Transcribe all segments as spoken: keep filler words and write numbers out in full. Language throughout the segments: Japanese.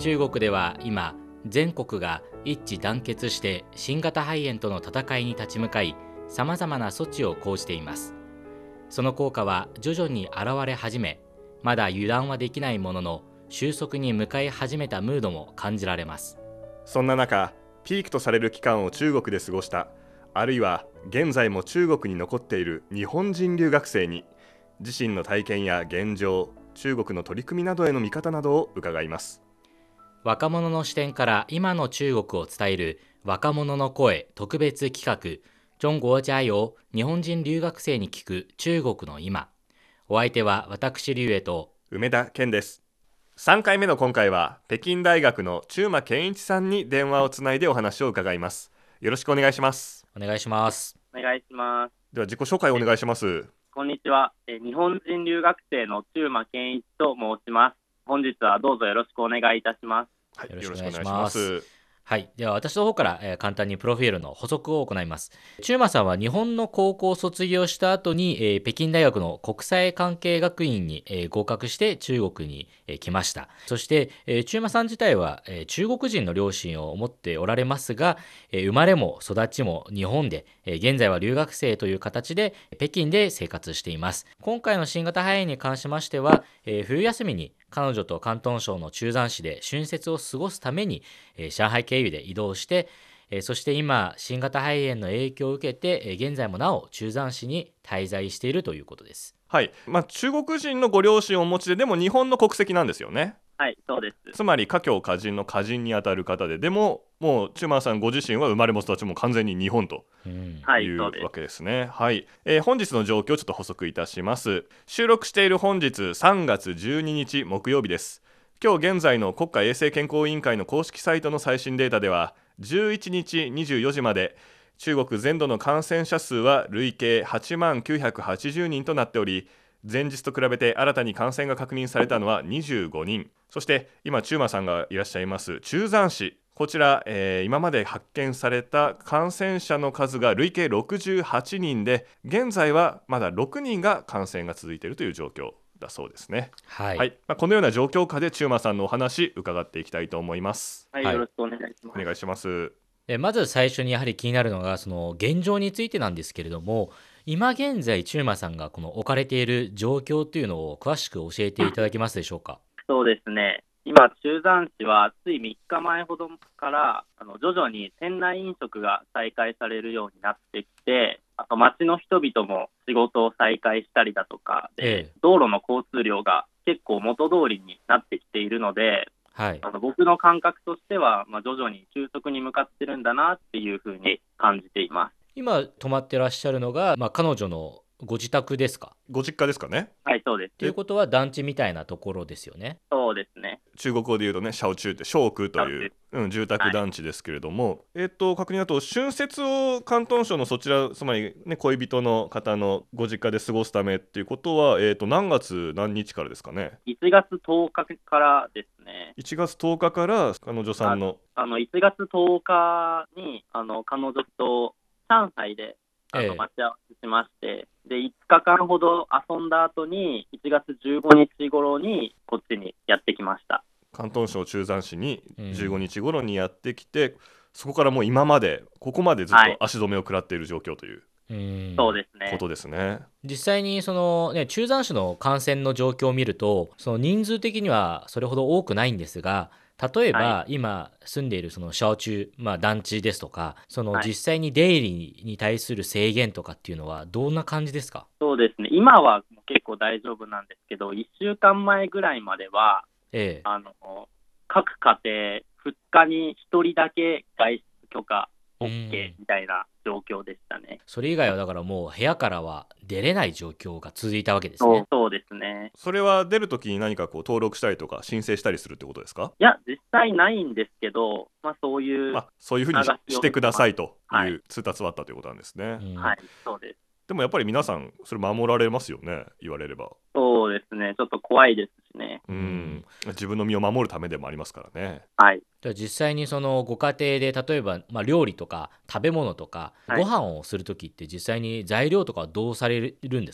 中国では今、全国が一致団結して新型肺炎との戦いに立ち向かい、さまざまな措置を講じています。その効果は徐々に現れ始め、まだ油断はできないものの、収束に向かい始めたムードも感じられます。 そんな中、ピークとされる期間を中国で過ごした、あるいは現在も中国に残っている日本人留学生に、自身の体験や現状、中国の取り組みなどへの見方などを伺います。 若者の視点から今の中国を伝える若者の声特別企画、中国加油、日本人留学生に聞く中国の今。お相手は私劉英と梅田健です。さんかいめの今回は北京大学の中馬健一さんに電話をつないでお話を伺います。よろしくお願いします。 お願いします。 お願いします。 では自己紹介をお願いします。 こんにちは。え日本人留学生の中馬健一と申します。本日はどうぞよろしくお願いいたします。 はい、 よろしくお願いしよろしくお願いまします。 す。はい、では私の方から、えー簡単にプロフィールの補足を行います。中馬さんは日本の高校を卒業した後に、えー北京大学の国際関係学院に、えー合格して中国に、えー来ました。そして、えー中馬さん自体は、えー中国人の両親を持っておられますが、えー生まれも育ちも日本で、えー現在は留学生という形で北京で生活しています。今回の新型肺炎に関しましては、えー冬休みに彼女と広東省の中山市で春節を過ごすために、えー上海経由で移動して、えーそして今新型肺炎の影響を受けて、えー現在もなお中山市に滞在しているということです。 はい、まあ、中国人のご両親をお持ちで、でも日本の国籍なんですよね。 はい、そうです。 つまり華僑華人の華人にあたる方で、でももう中馬さんご自身は生まれも育ちも完全に日本とうんはいいうそうですわけですね。はい、えー本日の状況をちょっと補足いたします。収録している本日さんがつじゅうににち木曜日です。今日現在の国家衛生健康委員会の公式サイトの最新データでは、じゅういちにちにじゅうよじまで中国全土の感染者数は累計はちまんきゅうひゃくはちじゅうにんとなっており、前日と比べて新たに感染が確認されたのはにじゅうごにん。そして今中馬さんがいらっしゃいます中山市、こちら、えー今まで発見された感染者の数が累計ろくじゅうはちにんで、現在はまだろくにんが感染が続いているという状況だそうですね。 はい、 はい、まあ、このような状況下で中馬さんのお話伺っていきたいと思います。 はい、 はいよろしくお願いします。 お願いします。 でまず最初にやはり気になるのがその現状についてなんですけれども、今現在中馬さんがこの置かれている状況というのを詳しく教えていただけますでしょうか。 そうですね。今、中山市はついみっかまえほどからあの徐々に店内飲食が再開されるようになってきて、あと街の人々も仕事を再開したりだとかで、 ええ道路の交通量が結構元通りになってきているので、 はい、 あの僕の感覚としては、まあ、徐々に収束に向かってるんだなっていうふうに感じています。 今泊まってらっしゃるのが、まあ、彼女のご自宅ですか。 ご実家ですかね。 はい、そうです。 ということは団地みたいなところですよね。 そうですね。 中国語で言うとね、小中って小区という、うん、住宅団地ですけれども、えっと確認だと春節を広東省のそちら、つまり、ね、恋人の方のご実家で過ごすためっていうことは、えっと何月何日からですかね。 いちがつとおかからですね。 いちがつとおかから彼女さんのあのいちがつとおかにあの彼女と上海であええの待ち合わせしまして、でいつかかんほど遊んだ後にいちがつじゅうごにち頃にこっちにやってきました。 広東省中山市にうんじゅうごにち頃にやってきて、そこからもう今までここまでずっと足止めを食らっている状況といううんそうですね。 ことですね。 実際にその、ね、中山市の感染の状況を見ると、その人数的にはそれほど多くないんですが、例えば、 は今住んでいるその小中、まあ、団地ですとか、そのはい実際に出入りに対する制限とかっていうのはどんな感じですか。 そうですね。今は結構大丈夫なんですけど、いっしゅうかんまえぐらいまではええ、 あの各家庭ふつかにひとりだけ外出許可 OK みたいな状況でしたね。 それ以外はだからもう部屋からは出れない状況が続いたわけですね。 そうそうですね。 それは出るときに何かこう登録したりとか申請したりするってことですか。 いや、実際ないんですけど、まあ、そういう、 あ、そういうふうにし流しをしてくださいとはいいう通達はあったということなんですね。 うんはい、そうです。 でもやっぱり皆さんそれ守られますよね、言われれば。 そうですね。ちょっと怖いですしね。 うん、自分の身を守るためでもありますからね。 はい。 じゃあ実際にそのご家庭で例えば、まあ、料理とか食べ物とかはいご飯をするときって実際に材料とかはどうされるんですか。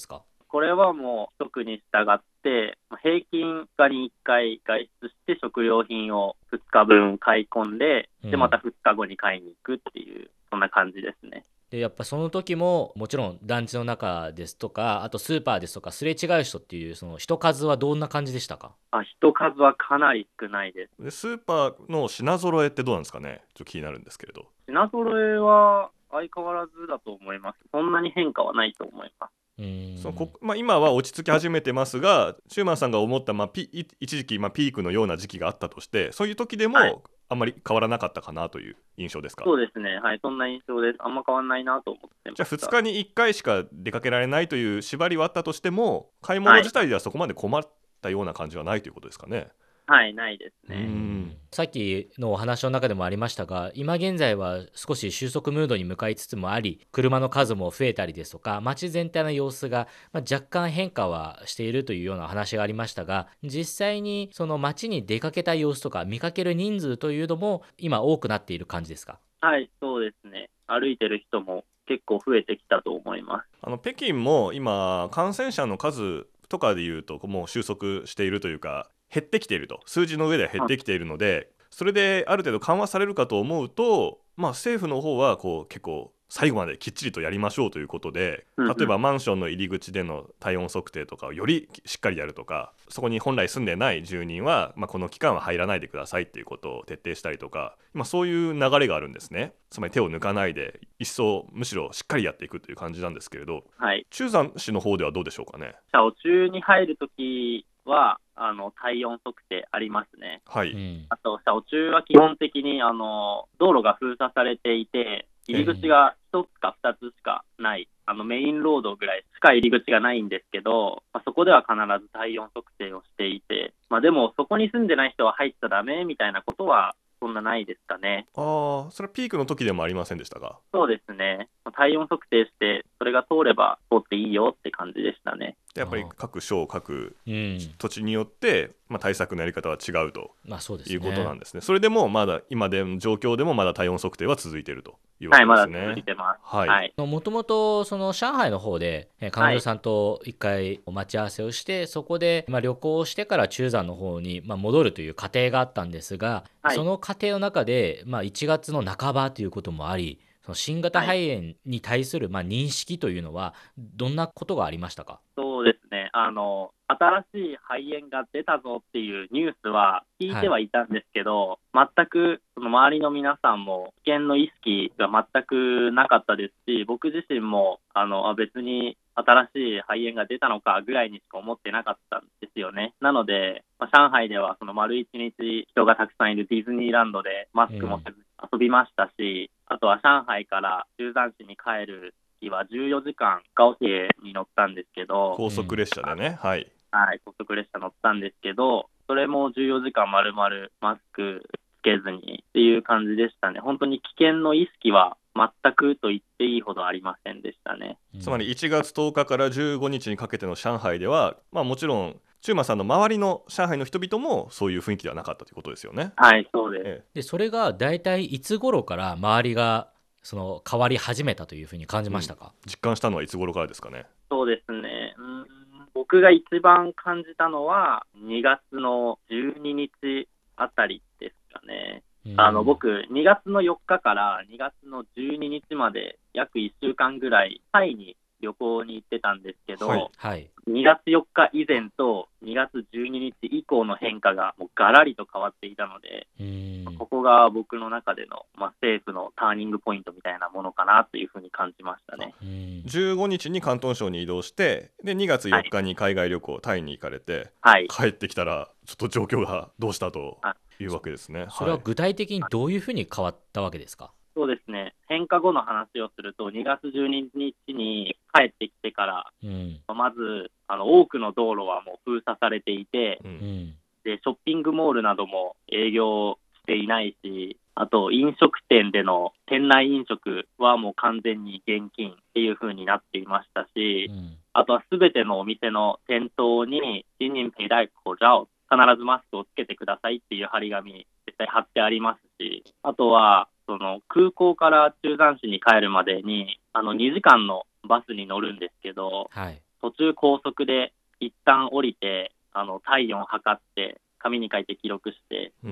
これはもう特に従って、平均ふつかにいっかい外出して食料品をふつかぶん買い込んで、で、またふつかごに買いに行くっていう、そんな感じですね。 でやっぱその時ももちろん団地の中ですとか、あとスーパーですとか、すれ違う人っていうその人数はどんな感じでしたか？ あ、人数はかなり少ないです。 でスーパーの品揃えってどうなんですかね。ちょっと気になるんですけれど。 品揃えは相変わらずだと思います。そんなに変化はないと思います。 うーんそのこ、まあ、今は落ち着き始めてますが、シューマンさんが思った、まあ、ピい一時期、まあ、ピークのような時期があったとして、そういう時ではいもあんまり変わらなかったかなという印象ですか？ そうですね。はい、そんな印象です。あんま変わんないなと思ってまじゃあした。 ふつかにいっかいしか出かけられないという縛りはあったとしても、買い物自体ではそこまで困ったような感じはないということですかね。 はい、ないですうね。 んさっきのお話の中でもありましたが、今現在は少し収束ムードに向かいつつもあり、車の数も増えたりですとか、街全体の様子が、まあ、若干変化はしているというような話がありましたが、実際にその街に出かけた様子とか見かける人数というのも今多くなっている感じですか？ はい、そうですね。歩いてる人も結構増えてきたと思います。 あの北京も今感染者の数とかでいうともう収束しているというか、減ってきていると、数字の上では減ってきているので、それである程度緩和されるかと思うと、まあ、政府の方はこう結構最後まできっちりとやりましょうということで、 うんうん例えばマンションの入り口での体温測定とかをよりしっかりやるとか、そこに本来住んでない住人は、まあ、この期間は入らないでくださいっていうことを徹底したりとか、まあ、そういう流れがあるんですね。つまり手を抜かないで一層むしろしっかりやっていくという感じなんですけれど、 はい。 中山市の方ではどうでしょうかね。 車を中に入るときは、あの、体温測定ありますね。 はい、 うんあと、車中は基本的に、あの、道路が封鎖されていて、入り口がひとつかふたつしかない、あの、メインロードぐらいしか入り口がないんですけど、まあ、そこでは必ず体温測定をしていて、まあ、でも、そこに住んでない人は入っちゃダメみたいなことは、そんなないですかね。 ああ、それはピークの時でもありませんでしたが。 そうですね。体温測定して、それが通れば通っていいよって感じでしたね。 でやっぱり各省各うん土地によって、まあ、対策のやり方は違うとまあそうですね。 いうことなんですね。それでもまだ今での状況でもまだ体温測定は続いているというわはい、まだけですね。 続いてます。 はいはい。 もともとその上海の方でえー彼女さんと一回待ち合わせをして、そこでまあ旅行をしてから中山の方にまあ戻るという過程があったんですが、 はいその過程の中でまあいちがつの半ばということもあり、その新型肺炎に対するまあ認識というのはどんなことがありましたか？ そうですね。あの、新しい肺炎が出たぞっていうニュースは聞いてはいたんですけど、全くその周りの皆さんも危険の意識が全くなかったですし、僕自身もあのあ別に新しい肺炎が出たのかぐらいにしか思ってなかったんですよね。なので、まあ、上海ではその丸一日人がたくさんいるディズニーランドでマスクもせず遊びましたし、あとは上海から中山市に帰る時はじゅうよじかん高鐵に乗ったんですけど、 高速列車でね、はいはい、高速列車乗ったんですけど、それもじゅうよじかん丸々マスクつけずにっていう感じでしたね。本当に危険の意識は全くと言っていいほどありませんでしたね。 つまりいちがつとおかからじゅうごにちにかけての上海では、まあ、もちろん中馬さんの周りの上海の人々もそういう雰囲気ではなかったということですよね。 はい、そうです。 えでそれが大体いつ頃から周りがその変わり始めたというふうに感じましたか？ 実感したのはいつ頃からですかね。 そうですね。うーん僕が一番感じたのはにがつのじゅうににちあたりですかね。あの僕、にがつのよっかからにがつのじゅうににちまで約いっしゅうかんぐらいタイに旅行に行ってたんですけど、 はいはいにがつよっか以前とにがつじゅうににち以降の変化がもうガラリと変わっていたので、 うんここが僕の中での、まあ、政府のターニングポイントみたいなものかなというふうに感じましたね。 うんじゅうごにちに広東省に移動してでにがつよっかに海外旅行、タイに行かれてはい。 帰ってきたらちょっと状況がどうしたというわけですね。 それは具体的にどういうふうに変わったわけですか？ そうですね。変化後の話をすると、にがつじゅうににちに帰ってきてから、 うんまず、あの、多くの道路はもう封鎖されていて、 ううんんで、ショッピングモールなども営業していないし、あと飲食店での店内飲食はもう完全に現金っていう風になっていましたし、 うんあとはすべてのお店の店頭に、人人ペイダイ口罩、必ずマスクをつけてくださいっていう張り紙、絶対貼ってありますし、あとは、その空港から中山市に帰るまでに、あのにじかんのバスに乗るんですけど、 はい途中高速で一旦降りて、あの体温を測って、紙に書いて記録して、 うんうん、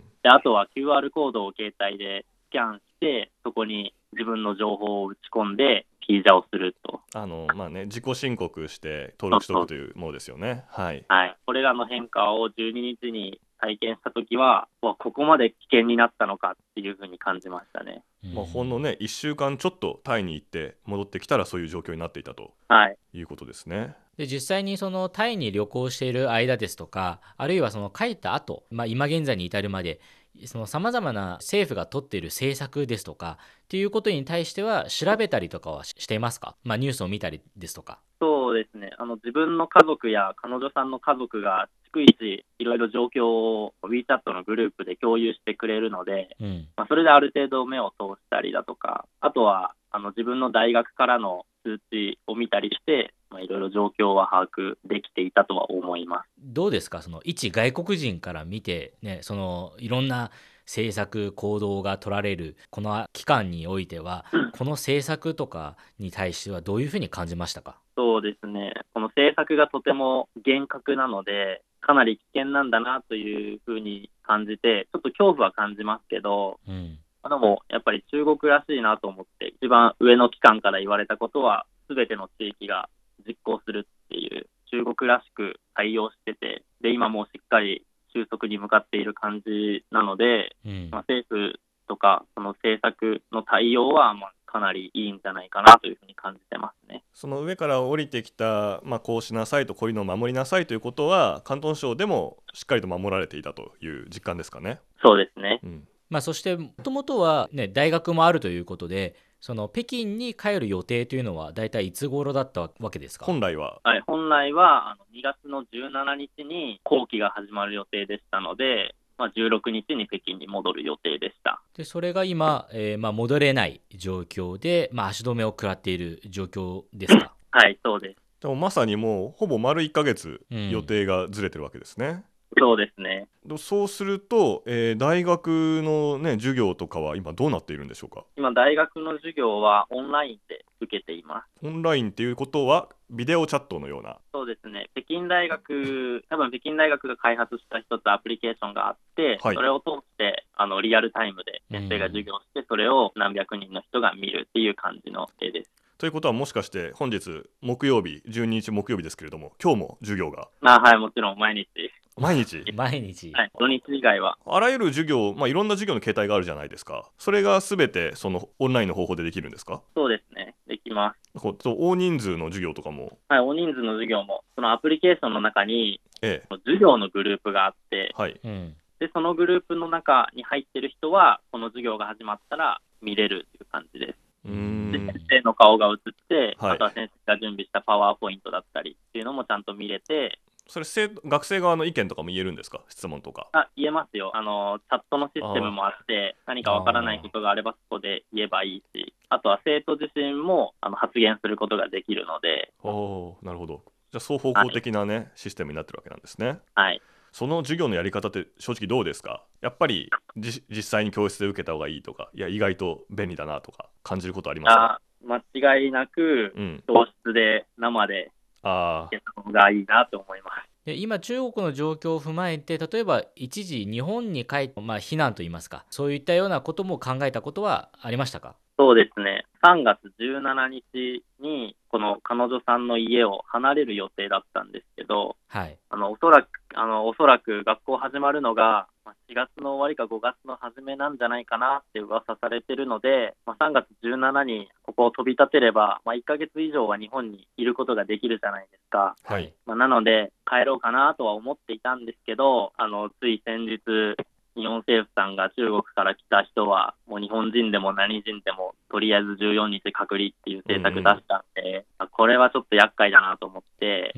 であとは キューアール コードを携帯でスキャンして、そこに自分の情報を打ち込んで、キージャをすると。 あの、まあね、自己申告して登録しておくというものですよね。はい。 はい。これらの変化をじゅうににちに体験したときは、わここまで危険になったのかっていうふうに感じましたね。 まあ、ほんのねいっしゅうかんちょっとタイに行って戻ってきたらそういう状況になっていたとはいいうことですね。 で実際にそのタイに旅行している間ですとか、あるいはその帰った後、まあ今現在に至るまで、そのさまざまな政府が取っている政策ですとかっていうことに対しては調べたりとかはしていますか？まあ、ニュースを見たりですとか。 そうですね。あの自分の家族や彼女さんの家族が逐一いろいろ状況を WeChat のグループで共有してくれるので、 うん、 まあ、それである程度目を通したりだとか、あとはあの自分の大学からの通知を見たりして、まあ、いろいろ状況は把握できていたとは思います。 どうですか、その一外国人から見て、ね、そのいろんな政策行動が取られるこの期間においては、この政策とかに対してはどういうふうに感じましたか？ そうですね。この政策がとても厳格なので、かなり危険なんだなというふうに感じて、ちょっと恐怖は感じますけど、 うん、 でもやっぱり中国らしいなと思って、一番上の機関から言われたことは、すべての地域が実行するっていう、中国らしく対応してて、で、今もうしっかり収束に向かっている感じなので、 うん、 まあ、政府とか、その政策の対応は、まあ、かなりいいんじゃないかなというふうに感じてますね。 その上から降りてきた、まあ、こうしなさいとこういうのを守りなさいということは広東省でもしっかりと守られていたという実感ですかね。 そうですね。 うん、 まあ、そしてもともとは、ね、大学もあるということで、その北京に帰る予定というのは大体いつ頃だったわけですか？ 本来は。 はい、本来はあのにがつのじゅうしちにちに後期が始まる予定でしたので、まあ、じゅうろくにちに北京に戻る予定でした。 でそれが今、えーまあ、戻れない状況で、まあ、足止めを食らっている状況ですか？ はい、そうです。 でもまさにもうほぼ丸いっかげつうん予定がずれてるわけですね。 そうですね。 でそうすると、えー大学の、ね、授業とかは今どうなっているんでしょうか？ 今、大学の授業はオンラインで受けています。 オンラインっていうことはビデオチャットのような。 そうですね。北京大学、多分北京大学が開発した一つアプリケーションがあって、 はい、 それを通してあのリアルタイムで先生が授業して、それを何百人の人が見るっていう感じの絵です。 ということはもしかして本日木曜日じゅうににち木曜日ですけれども今日も授業があ、はい、もちろん毎日。 毎日毎日、 はい、土日以外は。 あらゆる授業、まあ、いろんな授業の形態があるじゃないですか。それが全てそのオンラインの方法でできるんですか？ そうですね。できます。 こう大人数の授業とかも。 はい、大人数の授業も、そのアプリケーションの中に、 ええ、 授業のグループがあって、 はい、 うん、 で、そのグループの中に入ってる人は、この授業が始まったら見れるっていう感じです。 うーん、 で、先生の顔が映って、 はい、 あとは先生が準備したパワーポイントだったりっていうのもちゃんと見れて、 それ生徒学生側の意見とかも言えるんですか？質問とか。 あ、言えますよ。あの、チャットのシステムもあって、何かわからないことがあればそこで言えばいいし、あとは生徒自身もあの発言することができるので。 おー、なるほど。じゃあ双方向的なね、はい、システムになってるわけなんですね。 はい。 その授業のやり方って正直どうですか？やっぱりじ実際に教室で受けた方がいいとか、いや意外と便利だなとか感じることありますか？ あ、間違いなく、うん、教室で生で受けた方がいいなと思います。 で今中国の状況を踏まえて、例えば一時日本に帰って、まあ、避難といいますか、そういったようなことも考えたことはありましたか？ そうですね。さんがつじゅうしちにちにこの彼女さんの家を離れる予定だったんですけど、 はい、 あのおそらくあのおそらく学校始まるのがしがつの終わりかごがつの初めなんじゃないかなって噂されてるので、まあ、さんがつじゅうしちにここを飛び立てれば、まあ、いっかげつ以上は日本にいることができるじゃないですか。 はい、 まあ、なので帰ろうかなとは思っていたんですけど、あのつい先日日本政府さんが中国から来た人はもう日本人でも何人でもとりあえずじゅうよっか隔離っていう政策出したんで、うん、これはちょっと厄介だなと思って、うん、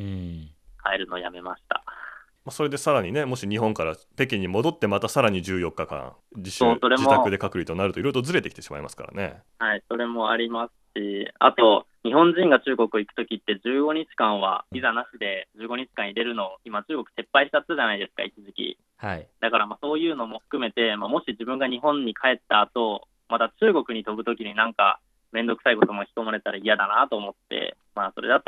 帰るのをやめました。 それでさらにね、もし日本から北京に戻ってまたさらにじゅうよっかかん自主自宅で隔離となるといろいろとずれてきてしまいますからね。 はい、それもありますし、あと日本人が中国行くときってじゅうごにちかんはビザなしでじゅうごにちかん入れるのを今中国撤廃しちゃったじゃないですか、一時期。 はい、 だからまあそういうのも含めて、まあ、もし自分が日本に帰った後、また中国に飛ぶときになんかめんどくさいことも仕込まれたら嫌だなと思って、まあそれだったら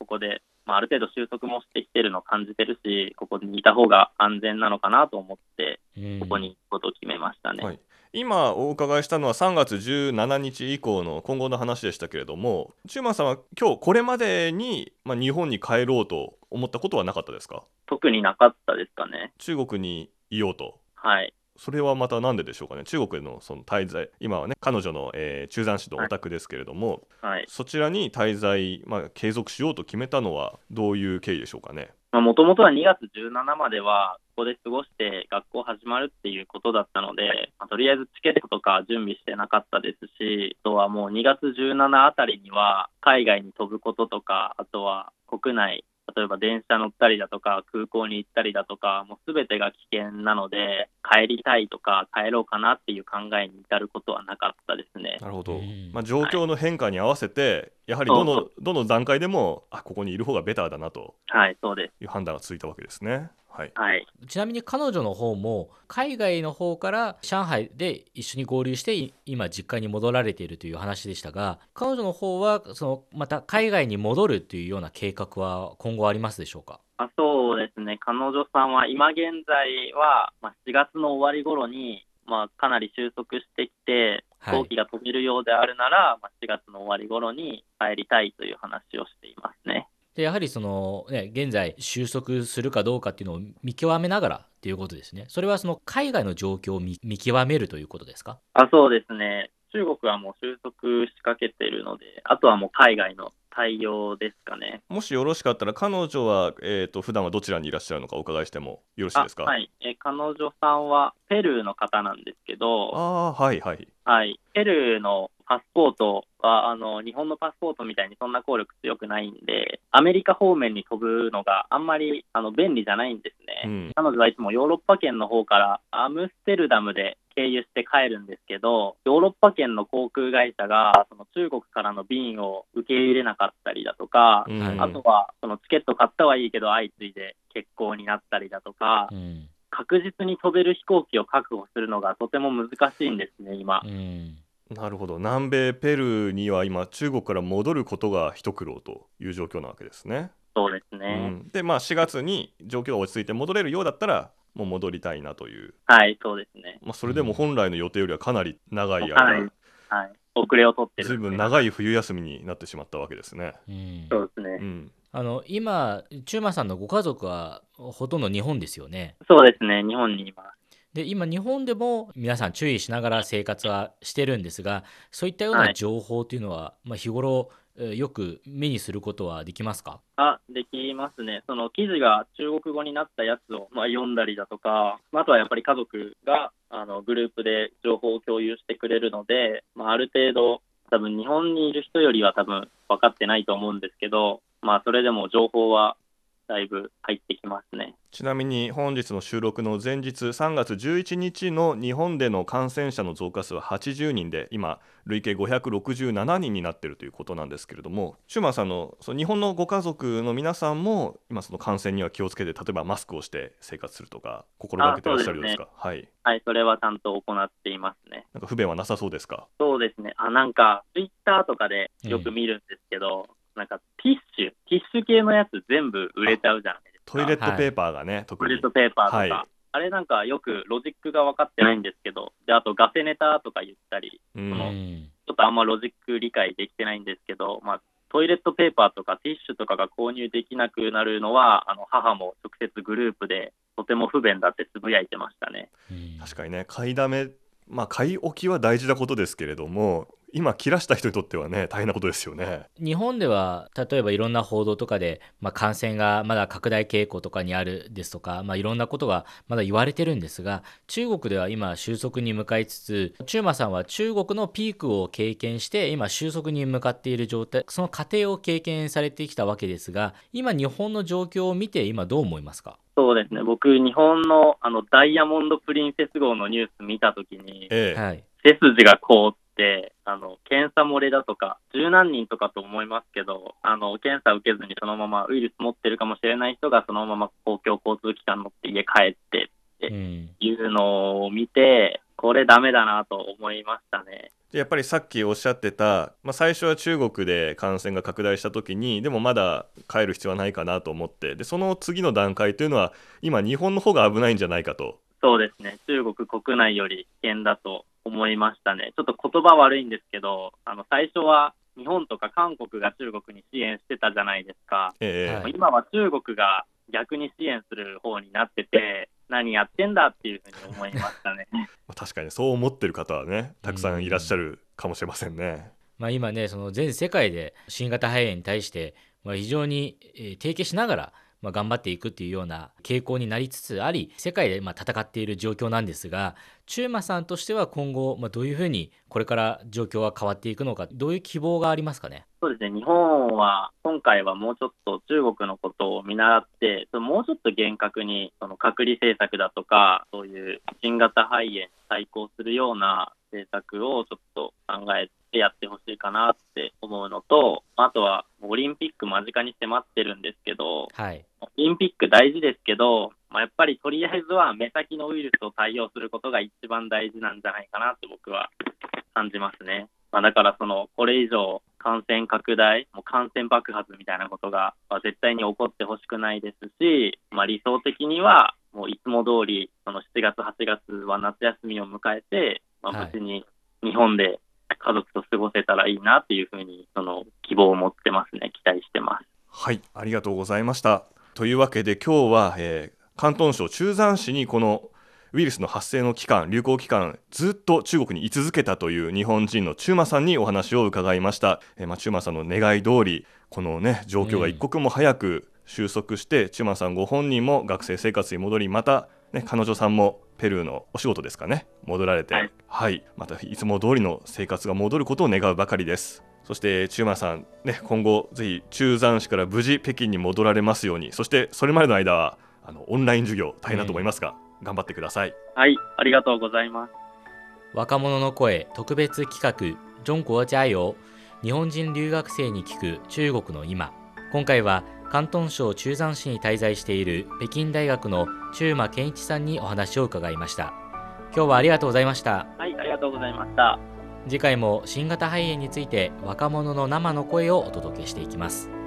ここで、まあ、ある程度収束もしてきてるのを感じてるし、ここにいた方が安全なのかなと思って、ここに行くことを決めましたね。 はい、今お伺いしたのはさんがつじゅうしちにち以降の今後の話でしたけれども、中馬さんは今日これまでに、まあ、日本に帰ろうと思ったことはなかったですか？ 特になかったですかね。 中国にいようと。 はい。 それはまた何ででしょうかね。中国のその滞在、今はね彼女の、えー中山市のお宅ですけれども、 はい。 そちらに滞在、まあ、継続しようと決めたのはどういう経緯でしょうかね。 もともとはにがつじゅうしちにちまではここで過ごして学校始まるっていうことだったので、まあ、とりあえずチケットとか準備してなかったですし、あとはもうにがつじゅうしちにちあたりには海外に飛ぶこととか、あとは国内、例えば電車乗ったりだとか空港に行ったりだとか、もう全てが危険なので帰りたいとか帰ろうかなっていう考えに至ることはなかったですね。 なるほど、 うんまあ、状況の変化に合わせて、やはりどのどの段階でもあここにいる方がベターだなとはい、そうです。 いう判断がついたわけですね。はい、 はい。 ちなみに彼女の方も海外の方から上海で一緒に合流してい今実家に戻られているという話でしたが、彼女の方はそのまた海外に戻るというような計画は今後ありますでしょうか？ あそうですね、彼女さんは今現在は、まあ、しがつの終わり頃に、まあ、かなり収束してきて、飛行機が飛べるようであるなら、まあ、しがつの終わり頃に帰りたいという話をしていますね。 でやはりその、ね、現在収束するかどうかっていうのを見極めながらっていうことですね。それはその海外の状況を 見, 見極めるということですか？ あそうですね、中国はもう収束しかけているので、あとはもう海外の対応ですかね。 もしよろしかったら彼女は、えー、と普段はどちらにいらっしゃるのかお伺いしてもよろしいあですか？ はい、え彼女さんはペルーの方なんですけど、 あーはいはい。 はい、ペルーのパスポートはあの日本のパスポートみたいにそんな効力強くないんで、アメリカ方面に飛ぶのがあんまりあの便利じゃないんですね。 うん、 彼女はいつもヨーロッパ圏の方からアムステルダムで経由して帰るんですけど、ヨーロッパ圏の航空会社がその中国からの便を受け入れなかったりだとか、 うんはいあとはそのチケット買ったはいいけど相次いで欠航になったりだとか、 うん確実に飛べる飛行機を確保するのがとても難しいんですね、今。 うんなるほど。南米ペルーには今中国から戻ることが一苦労という状況なわけですね。 そうですうね。 ん、でまあしがつに状況が落ち着いて戻れるようだったらもう戻りたいなという、 はい、そうですね。 まあ、それでも本来の予定よりはかなり長いかなり、 間、 はい、遅れを取ってるずいので。 ぶん長い冬休みになってしまったわけですね。 うんそうですね。 うんあの今中馬さんのご家族はほとんど日本ですよね。 そうですね、日本にいます。 で今日本でも皆さん注意しながら生活はしてるんですが、そういったようはない情報というのは、まあ、日頃えーよく目にすることはできますか？ あ、できますね。その記事が中国語になったやつを、まあ、読んだりだとか、まああとはやっぱり家族があのグループで情報を共有してくれるので、まあ、ある程度、多分日本にいる人よりは多分分かってないと思うんですけど、まあそれでも情報はだいぶ入ってきますね。 ちなみに本日の収録の前日さんがつじゅういちにちの日本での感染者の増加数ははちじゅうにんで、今累計ごひゃくろくじゅうななにんになっているということなんですけれども、シューマンさんのその日本のご家族の皆さんも今その感染には気をつけて、例えばマスクをして生活するとか心がけてらっしゃるようですか？はい。 はい、それはちゃんと行っていますね。 なんか不便はなさそうですか？ そうですね。あ、なんか、ツイッターとかでよく見るんですけど、なんかティッシュ、ティッシュ系のやつ全部売れちゃうじゃないですか。 トイレットペーパーがね、特にトイレットペーパーとか、 はいあれなんかよくロジックが分かってないんですけど、であとガセネタとか言ったり、 うそのうんちょっとあんまロジック理解できてないんですけど、まあ、トイレットペーパーとかティッシュとかが購入できなくなるのは、あの母も直接グループでとても不便だってつぶやいてましたね。 うん確かにね、買いだめ、まあ買い置きは大事なことですけれども、今切らした人にとってはね大変なことですよね。 日本では例えばいろんな報道とかで、まあ、感染がまだ拡大傾向とかにあるですとか、まあ、いろんなことがまだ言われてるんですが、中国では今収束に向かいつつ、中馬さんは中国のピークを経験して今収束に向かっている状態、その過程を経験されてきたわけですが、今日本の状況を見て今どう思いますか？ そうですね、僕、日本のあのダイヤモンド・プリンセス号のニュース見たときに、 ええ、 はい背筋が凍って、あの検査漏れだとか、十何人とかと思いますけど、あの検査受けずにそのままウイルス持ってるかもしれない人がそのまま公共交通機関乗って家帰ってってうんいうのを見て、これダメだなと思いましたね。 でやっぱりさっきおっしゃってた、まあ、最初は中国で感染が拡大した時にでもまだ帰る必要はないかなと思って、でその次の段階というのは今日本の方が危ないんじゃないかと。 そうですね。中国国内より危険だと思いましたね。ちょっと言葉悪いんですけど、あの最初は日本とか韓国が中国に支援してたじゃないですか。 えはい今は中国が逆に支援する方になってて、何やってんだっていうふうに思いましたね。 まあ確かにそう思ってる方はねたくさんいらっしゃるかもしれませんね。 まあ、今ねその全世界で新型肺炎に対して、まあ、非常にえー提携しながら、まあ、頑張っていくっていうような傾向になりつつあり、世界でまあ戦っている状況なんですが、中馬さんとしては今後、まあ、どういうふうにこれから状況は変わっていくのか、どういう希望がありますかね。 そうですね。日本は今回はもうちょっと中国のことを見習って、そのもうちょっと厳格にその隔離政策だとか、そういう新型肺炎に対抗するような政策をちょっと考えてやってほしいかなって思うのと、あとはオリンピック間近に迫ってるんですけど、 はいオリンピック大事ですけど、まあ、やっぱりとりあえずは目先のウイルスを対応することが一番大事なんじゃないかなって僕は感じますね。まあ、だからそのこれ以上感染拡大、もう感染爆発みたいなことが、まあ、絶対に起こってほしくないですし、まあ、理想的にはもういつも通りそのしちがつはちがつは夏休みを迎えて、まあ、 はい無事に日本で家族と過ごせたらいいなっていうふうにその希望を持ってますね。期待してます。 はい、ありがとうございました。というわけで今日は、えー、広東省中山市にこのウイルスの発生の期間、流行期間ずっと中国に居続けたという日本人の中馬さんにお話を伺いました。えーまあ、中馬さんの願い通りこのね状況が一刻も早く収束して、うん、中馬さんご本人も学生生活に戻り、また、ね、彼女さんもペルーのお仕事ですかね戻られて、はいはい、またいつも通りの生活が戻ることを願うばかりです。そして中馬さん、ね、今後ぜひ中山市から無事北京に戻られますように、そしてそれまでの間はあのオンライン授業大変だと思いますが、うん、頑張ってください。 はい、ありがとうございます。 若者の声特別企画中国加油、日本人留学生に聞く中国の今。今回は広東省中山市に滞在している北京大学の中馬健一さんにお話を伺いました。今日はありがとうございました。 はい、ありがとうございました。 次回も新型肺炎について若者の生の声をお届けしていきます。